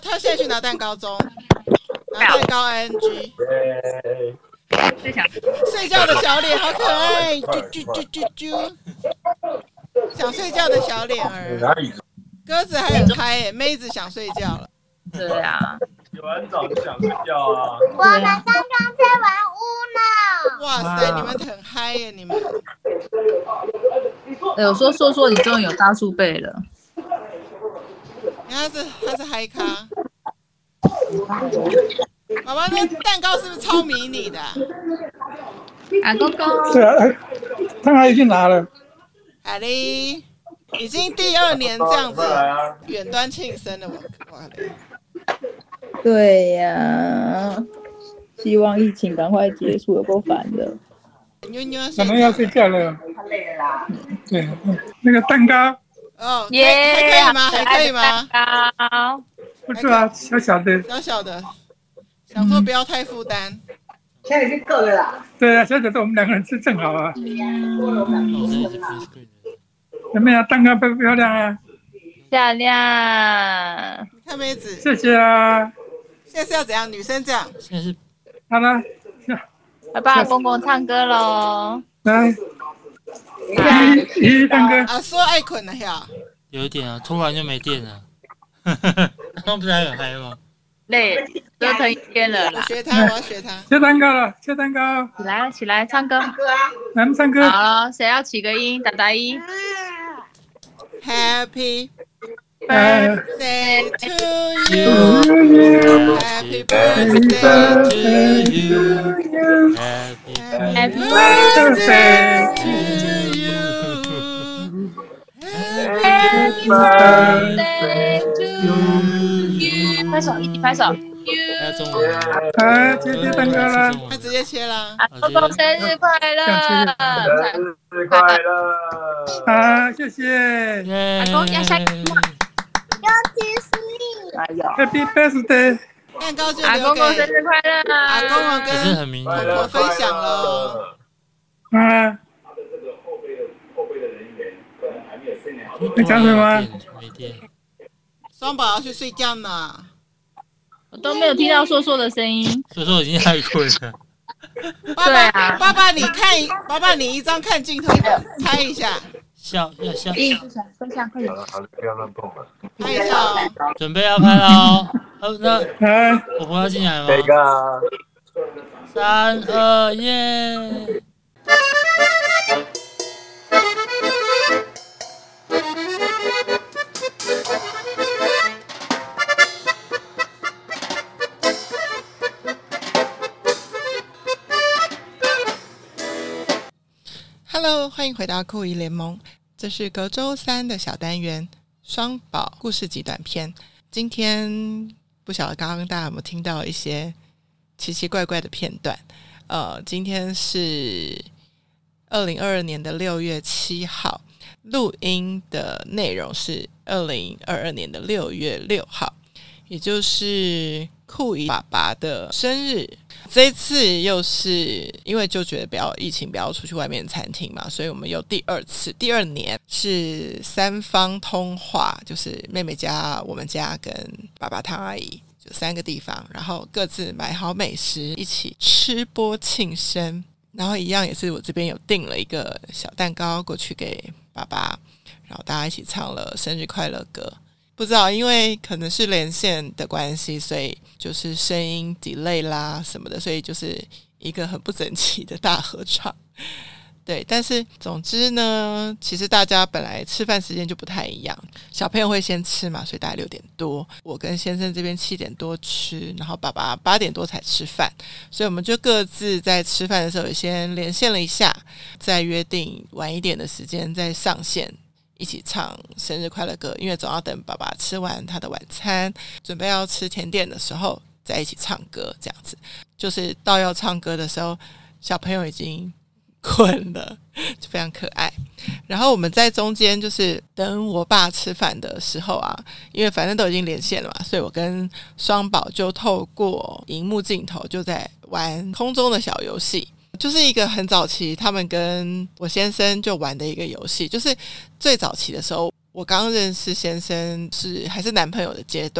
他现在去拿蛋糕中，拿蛋糕 ing。睡觉的小脸好可爱，啾啾啾啾啾，想睡觉的小脸儿。鸽子还很嗨耶，妹子想睡觉了。 对啊， 有很早就想睡觉啊。 我们刚刚在玩乌呢。 哇塞，你们很嗨耶，你们。 我说你终于有大叔背了。 他是嗨咖。宝宝，那蛋糕是不是超迷你的？ 阿公公。 对啊，他已经拿了。 好嘞，已经第2年这样子远端庆生了，哇嘞！ 对呀，希望疫情赶快结束，有够烦的。 可能要睡觉了。 太累了啦。 对，那个蛋糕。 哦，还可以吗？还可以吗？ 不是啊，小小的。 小小的，想说不要太负担。 现在已经够了啦。 对啊，小小的我们2个人吃正好啊。有没有蛋糕漂亮啊？ 漂亮。 你看妹子。 谢谢啊。 现在是要怎样？女生这样？ 现在是好了， 要帮公公唱歌喽。 来，唱歌。 啊，说爱困了呀。 有一点啊，突然就没电了。刚刚不是还很嗨吗？ 累，折腾一天了啦。 我要学他。 切蛋糕了，切蛋糕。 起来，唱歌。 咱们唱歌。 好了，谁要起个音？打一。 Happy birthday to you. Happy birthday to you. Happy birthday to you. Happy birthday to you. 拍手，一起拍手。 切蛋糕了。 他直接切了。 公公生日快乐！ 生日快乐！ 啊，谢谢。 阿公要下一个。 Happy birthday！ 蛋糕就阿公公生日快乐！ 阿公公跟婆婆分享喽。 啊。你讲什么？ 没电。 双宝要去睡觉呢。 我都没有听到硕硕的声音。 硕硕已经太困了。 爸爸，你看，爸爸你一张看镜头拍一下。 笑， 分享快点。 好了，不要乱碰了。 拍一下哦。 准备要拍了哦。那婆婆要进来吗？3、2、耶！ Hello， 欢迎回到酷姨联盟，这是隔周3的小单元双宝故事集短片。今天不晓得刚刚大家有没有听到一些奇奇怪怪的片段。今天是2022年的6月7号，录音的内容是2022年的6月6号，也就是酷姨爸爸的生日。这一次又是因为就觉得疫情不要出去外面餐厅嘛，所以我们又第2年是3方通话，就是妹妹家、我们家跟爸爸汤阿姨，就3个地方，然后各自买好美食一起吃播庆生。然后一样也是我这边有订了一个小蛋糕过去给爸爸，然后大家一起唱了生日快乐歌。不知道因为可能是连线的关系，所以就是声音 delay 啦什么的，所以就是一个很不整齐的大合唱。对，但是总之呢，其实大家本来吃饭时间就不太一样，小朋友会先吃嘛，所以大概6点多，我跟先生这边7点多吃，然后爸爸8点多才吃饭，所以我们就各自在吃饭的时候先连线了一下，再约定晚一点的时间再上线一起唱生日快乐歌，因为总要等爸爸吃完他的晚餐，准备要吃甜点的时候再一起唱歌，这样子。就是到要唱歌的时候，小朋友已经困了，就非常可爱。然后我们在中间就是等我爸吃饭的时候啊，因为反正都已经连线了嘛，所以我跟双宝就透过荧幕镜头就在玩空中的小游戏，就是一个很早期他们跟我先生就玩的一个游戏。就是最早期的时候，我刚认识先生还是男朋友的阶段，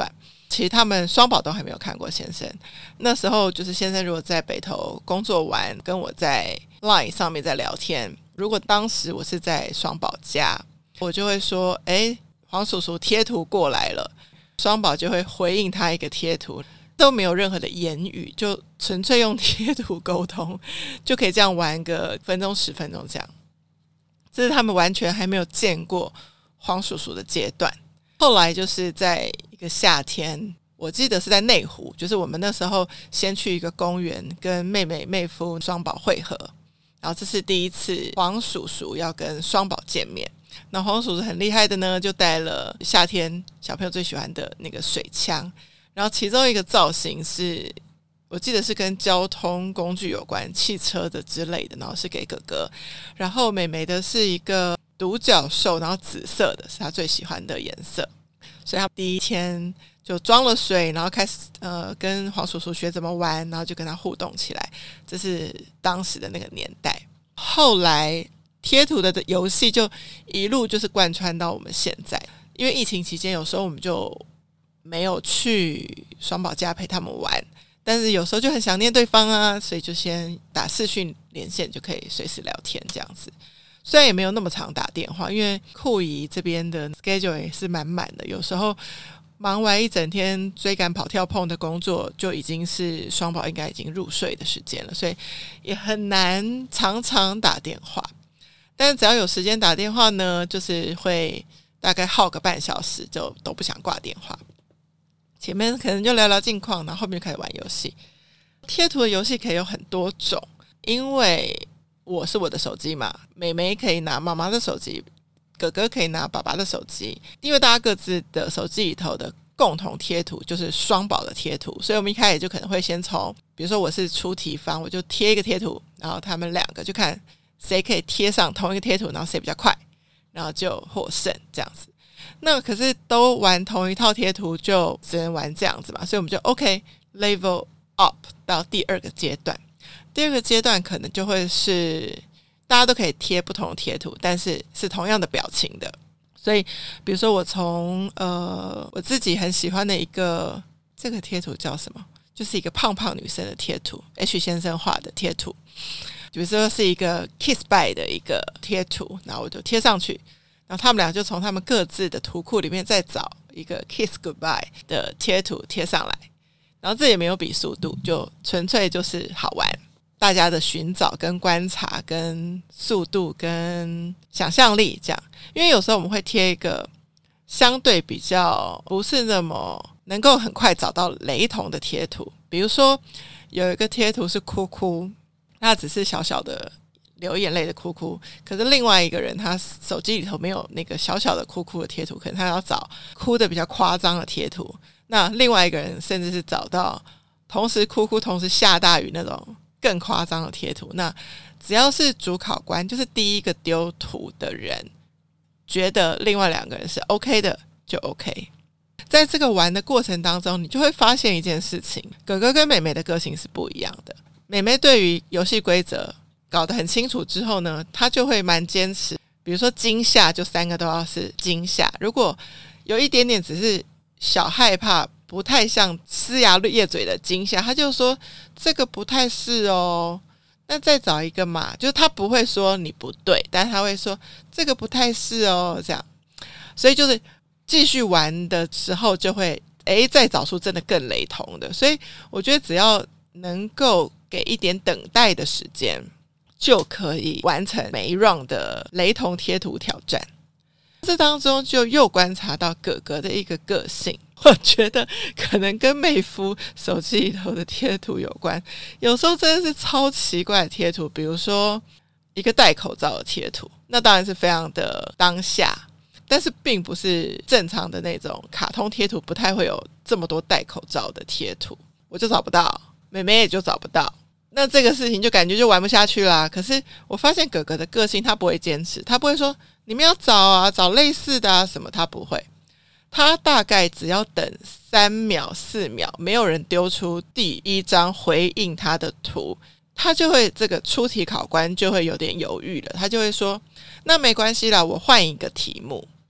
其实他们双宝都还没有看过先生。那时候就是先生如果在北投工作完，跟我在 LINE 上面在聊天，如果当时我是在双宝家，我就会说黄叔叔贴图过来了，双宝就会回应他一个贴图，都没有任何的言语，就纯粹用贴图沟通，就可以这样玩个分钟10分钟这样。这是他们完全还没有见过黄叔叔的阶段。后来就是在一个夏天，我记得是在内湖，就是我们那时候先去一个公园跟妹夫双宝会合，然后这是第一次黄叔叔要跟双宝见面。那黄叔叔很厉害的呢，就带了夏天小朋友最喜欢的那个水枪，然后其中一个造型是我记得是跟交通工具有关，汽车的之类的，然后是给哥哥，然后妹妹的是一个独角兽，然后紫色的是他最喜欢的颜色。所以他第一天就装了水，然后开始跟黄叔叔学怎么玩，然后就跟他互动起来。这是当时的那个年代。后来贴图的游戏就一路就是贯穿到我们现在。因为疫情期间有时候我们就没有去双宝家陪他们玩，但是有时候就很想念对方啊，所以就先打视讯连线，就可以随时聊天这样子。虽然也没有那么常打电话，因为酷姨这边的 schedule 也是满满的，有时候忙完一整天追赶跑跳碰的工作，就已经是双宝应该已经入睡的时间了，所以也很难常常打电话。但是只要有时间打电话呢，就是会大概耗个半小时，就都不想挂电话。前面可能就聊聊近况，然后后面就开始玩游戏。贴图的游戏可以有很多种，因为我是我的手机嘛，妹妹可以拿妈妈的手机，哥哥可以拿爸爸的手机，因为大家各自的手机里头的共同贴图就是双宝的贴图，所以我们一开始就可能会先从，比如说我是出题方，我就贴一个贴图，然后他们两个就看谁可以贴上同一个贴图，然后谁比较快，然后就获胜这样子。那可是都玩同一套贴图，就只能玩这样子嘛，所以我们就 OK level up 到第二个阶段。第二个阶段可能就会是大家都可以贴不同的贴图，但是是同样的表情的。所以比如说我从我自己很喜欢的一个，这个贴图叫什么，就是一个胖胖女生的贴图， H 先生画的贴图，比如说是一个 kiss bye 的一个贴图，然后我就贴上去，然后他们俩就从他们各自的图库里面再找一个 kiss goodbye 的贴图贴上来，然后这也没有比速度，就纯粹就是好玩，大家的寻找跟观察跟速度跟想象力这样。因为有时候我们会贴一个相对比较不是那么能够很快找到雷同的贴图，比如说有一个贴图是哭哭，那只是小小的流眼泪的哭哭，可是另外一个人他手机里头没有那个小小的哭哭的贴图，可能他要找哭的比较夸张的贴图，那另外一个人甚至是找到同时哭哭同时下大雨那种更夸张的贴图。那只要是主考官，就是第一个丢图的人觉得另外两个人是 OK 的就 OK。 在这个玩的过程当中，你就会发现一件事情，哥哥跟妹妹的个性是不一样的。妹妹对于游戏规则搞得很清楚之后呢，她就会蛮坚持，比如说惊吓就3个都要是惊吓，如果有一点点只是小害怕，不太像呲牙咧嘴的惊吓，她就说这个不太是哦，那再找一个嘛，就是她不会说你不对，但她会说这个不太是哦，这样。所以就是继续玩的时候就会再找出真的更雷同的。所以我觉得只要能够给一点等待的时间，就可以完成每一 round 的雷同贴图挑战。这当中就又观察到哥哥的一个个性，我觉得可能跟妹夫手机里头的贴图有关。有时候真的是超奇怪的贴图，比如说一个戴口罩的贴图，那当然是非常的当下，但是并不是正常的那种卡通贴图，不太会有这么多戴口罩的贴图，我就找不到，妹妹也就找不到。那这个事情就感觉就玩不下去啦。可是我发现哥哥的个性，他不会坚持，他不会说你们要找啊，找类似的啊什么，他不会。他大概只要等3秒4秒，没有人丢出第一张回应他的图，他就会，这个出题考官就会有点犹豫了，他就会说那没关系啦，我换一个题目。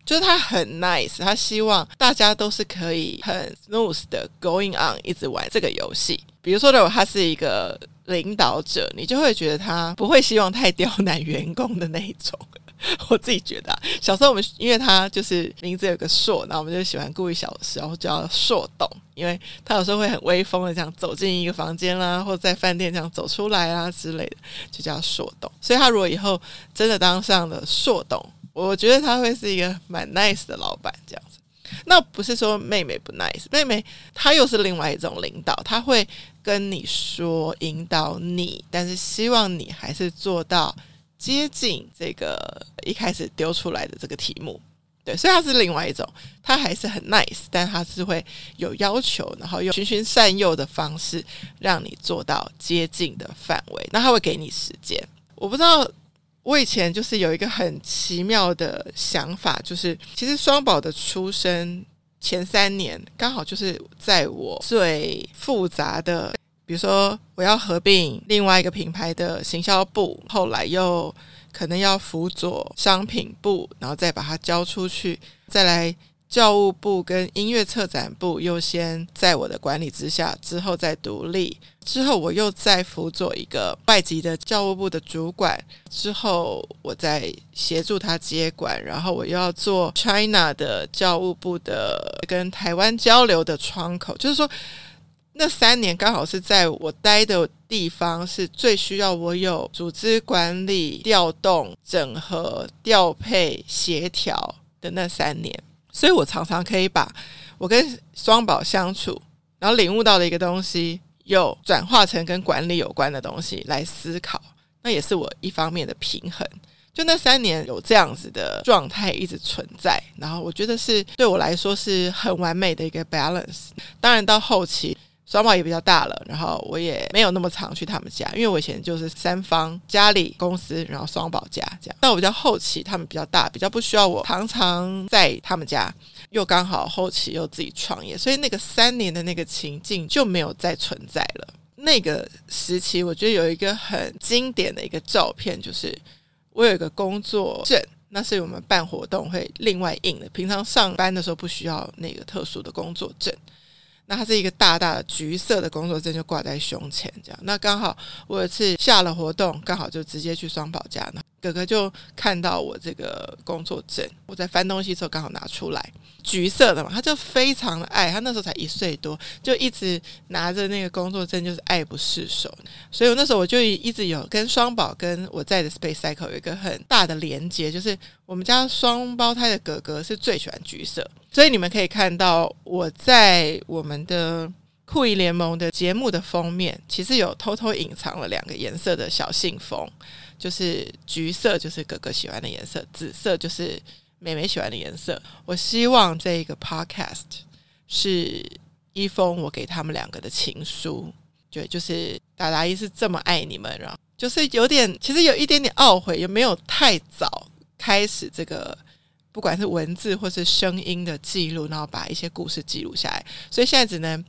就是他很 nice， 他希望大家都是可以很 smooth 的 going on 一直玩这个游戏。比如说如果他是一个领导者，你就会觉得他不会希望太刁难员工的那一种。我自己觉得小时候我们因为他就是名字有个硕，然后我们就喜欢故意小时候叫硕董，因为他有时候会很威风的这样走进一个房间啦，或者在饭店这样走出来啦之类的，就叫硕董。所以他如果以后真的当上了硕董，我觉得他会是一个蛮 nice 的老板这样子。那不是说妹妹不 nice， 妹妹她又是另外一种领导，她会跟你说引导你，但是希望你还是做到接近这个一开始丢出来的这个题目。对，所以他是另外一种，他还是很 nice， 但他是会有要求，然后用循循善诱的方式让你做到接近的范围。那他会给你时间。我不知道，我以前就是有一个很奇妙的想法，就是其实双宝的出生前3年刚好就是在我最复杂的，比如说我要合并另外一个品牌的行销部，后来又可能要辅佐商品部，然后再把它交出去，再来教务部跟音乐策展部又先在我的管理之下，之后再独立，之后我又再辅佐一个外籍的教务部的主管，之后我再协助他接管，然后我又要做 China 的教务部的跟台湾交流的窗口。就是说那3年刚好是在我待的地方是最需要我有组织管理、调动、整合、调配、协调的那3年，所以我常常可以把我跟双宝相处然后领悟到的一个东西又转化成跟管理有关的东西来思考，那也是我一方面的平衡。就那3年有这样子的状态一直存在，然后我觉得是对我来说是很完美的一个 balance。 当然到后期双宝也比较大了，然后我也没有那么常去他们家，因为我以前就是3方家里公司然后双宝家这样。但我比较后期他们比较大，比较不需要我常常在他们家，又刚好后期又自己创业，所以那个3年的那个情境就没有再存在了。那个时期我觉得有一个很经典的一个照片，就是我有一个工作证，那是我们办活动会另外印的，平常上班的时候不需要那个特殊的工作证。那它是一个大大的橘色的工作证，就挂在胸前这样。那刚好我有一次下了活动，刚好就直接去双宝家，哥哥就看到我这个工作证，我在翻东西的时候刚好拿出来，橘色的嘛，他就非常的爱，他那时候才1岁多，就一直拿着那个工作证，就是爱不释手。所以我那时候我就一直有跟双宝跟我在的 Space Cycle 有一个很大的连结，就是我们家双胞胎的哥哥是最喜欢橘色，所以你们可以看到我在我们的酷姨联盟的节目的封面其实有偷偷隐藏了2个颜色的小信封，就是橘色就是哥哥喜欢的颜色，紫色就是妹妹喜欢的颜色。我希望这一个 podcast 是一封我给他们2个的情书，对，就是达达伊是这么爱你们，然后就是有点其实有一点点懊悔，也没有太早开始这个不管是文字或是声音的记录，然后把一些故事记录下来。所以现在只能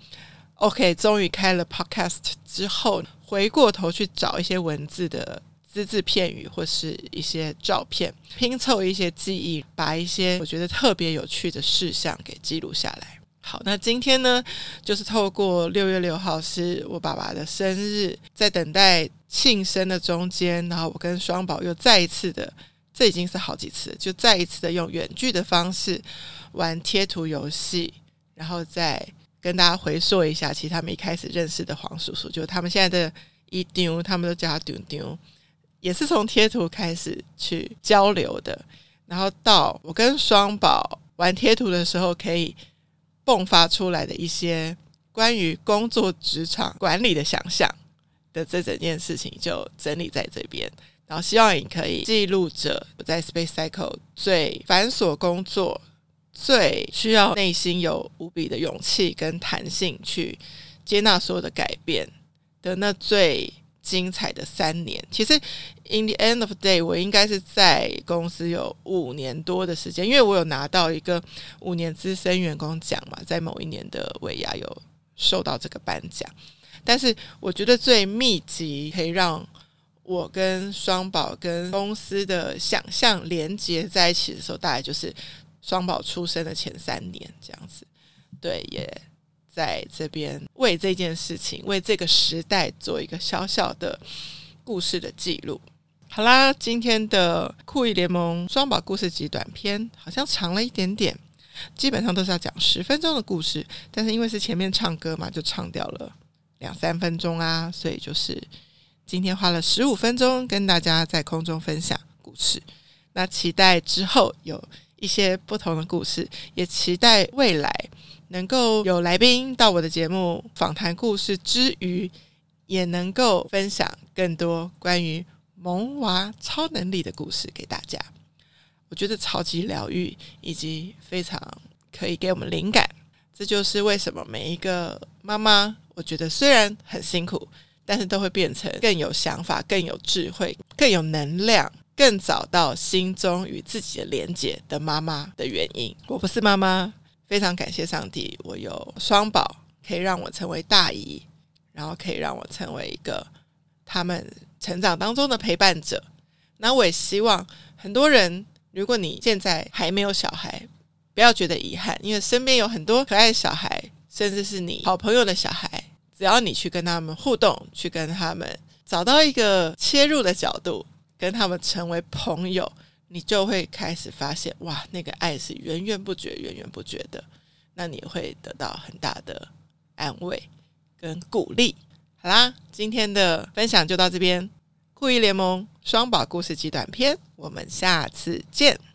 OK 终于开了 podcast 之后，回过头去找一些文字的只字片语或是一些照片，拼凑一些记忆，把一些我觉得特别有趣的事项给记录下来。好，那今天呢就是透过6月6号是我爸爸的生日，在等待庆生的中间，然后我跟双宝又再一次的，这已经是好几次了，就再一次的用远距的方式玩贴图游戏，然后再跟大家回溯一下其实他们一开始认识的黄叔叔，就他们现在的一丢，他们都叫他丢丢，也是从贴图开始去交流的，然后到我跟双宝玩贴图的时候可以迸发出来的一些关于工作职场管理的想象的这整件事情就整理在这边，然后希望你可以记录着我在 Space Cycle 最繁琐工作，最需要内心有无比的勇气跟弹性去接纳所有的改变的那最精彩的3年。其实 in the end of the day 我应该是在公司有5年多的时间，因为我有拿到一个5年资深员工奖嘛，在某一年的尾牙有受到这个颁奖。但是我觉得最密集可以让我跟双宝跟公司的想象连接在一起的时候，大概就是双宝出生的前3年这样子。对，也在这边为这件事情，为这个时代做一个小小的故事的记录。好啦，今天的酷艺联盟双宝故事集短篇好像长了一点点，基本上都是要讲10分钟的故事，但是因为是前面唱歌嘛，就唱掉了2-3分钟啊，所以就是今天花了15分钟跟大家在空中分享故事。那期待之后有一些不同的故事，也期待未来能够有来宾到我的节目访谈故事之余，也能够分享更多关于萌娃超能力的故事给大家。我觉得超级疗愈，以及非常可以给我们灵感。这就是为什么每一个妈妈，我觉得虽然很辛苦，但是都会变成更有想法、更有智慧、更有能量、更找到心中与自己的连结的妈妈的原因。我不是妈妈，非常感谢上帝，我有双宝，可以让我成为大姨，然后可以让我成为一个他们成长当中的陪伴者。那我也希望很多人，如果你现在还没有小孩，不要觉得遗憾，因为身边有很多可爱的小孩，甚至是你好朋友的小孩，只要你去跟他们互动，去跟他们找到一个切入的角度，跟他们成为朋友，你就会开始发现，哇，那个爱是源源不绝源源不绝的，那你会得到很大的安慰跟鼓励。好啦，今天的分享就到这边，酷艺联盟双宝故事集短篇，我们下次见。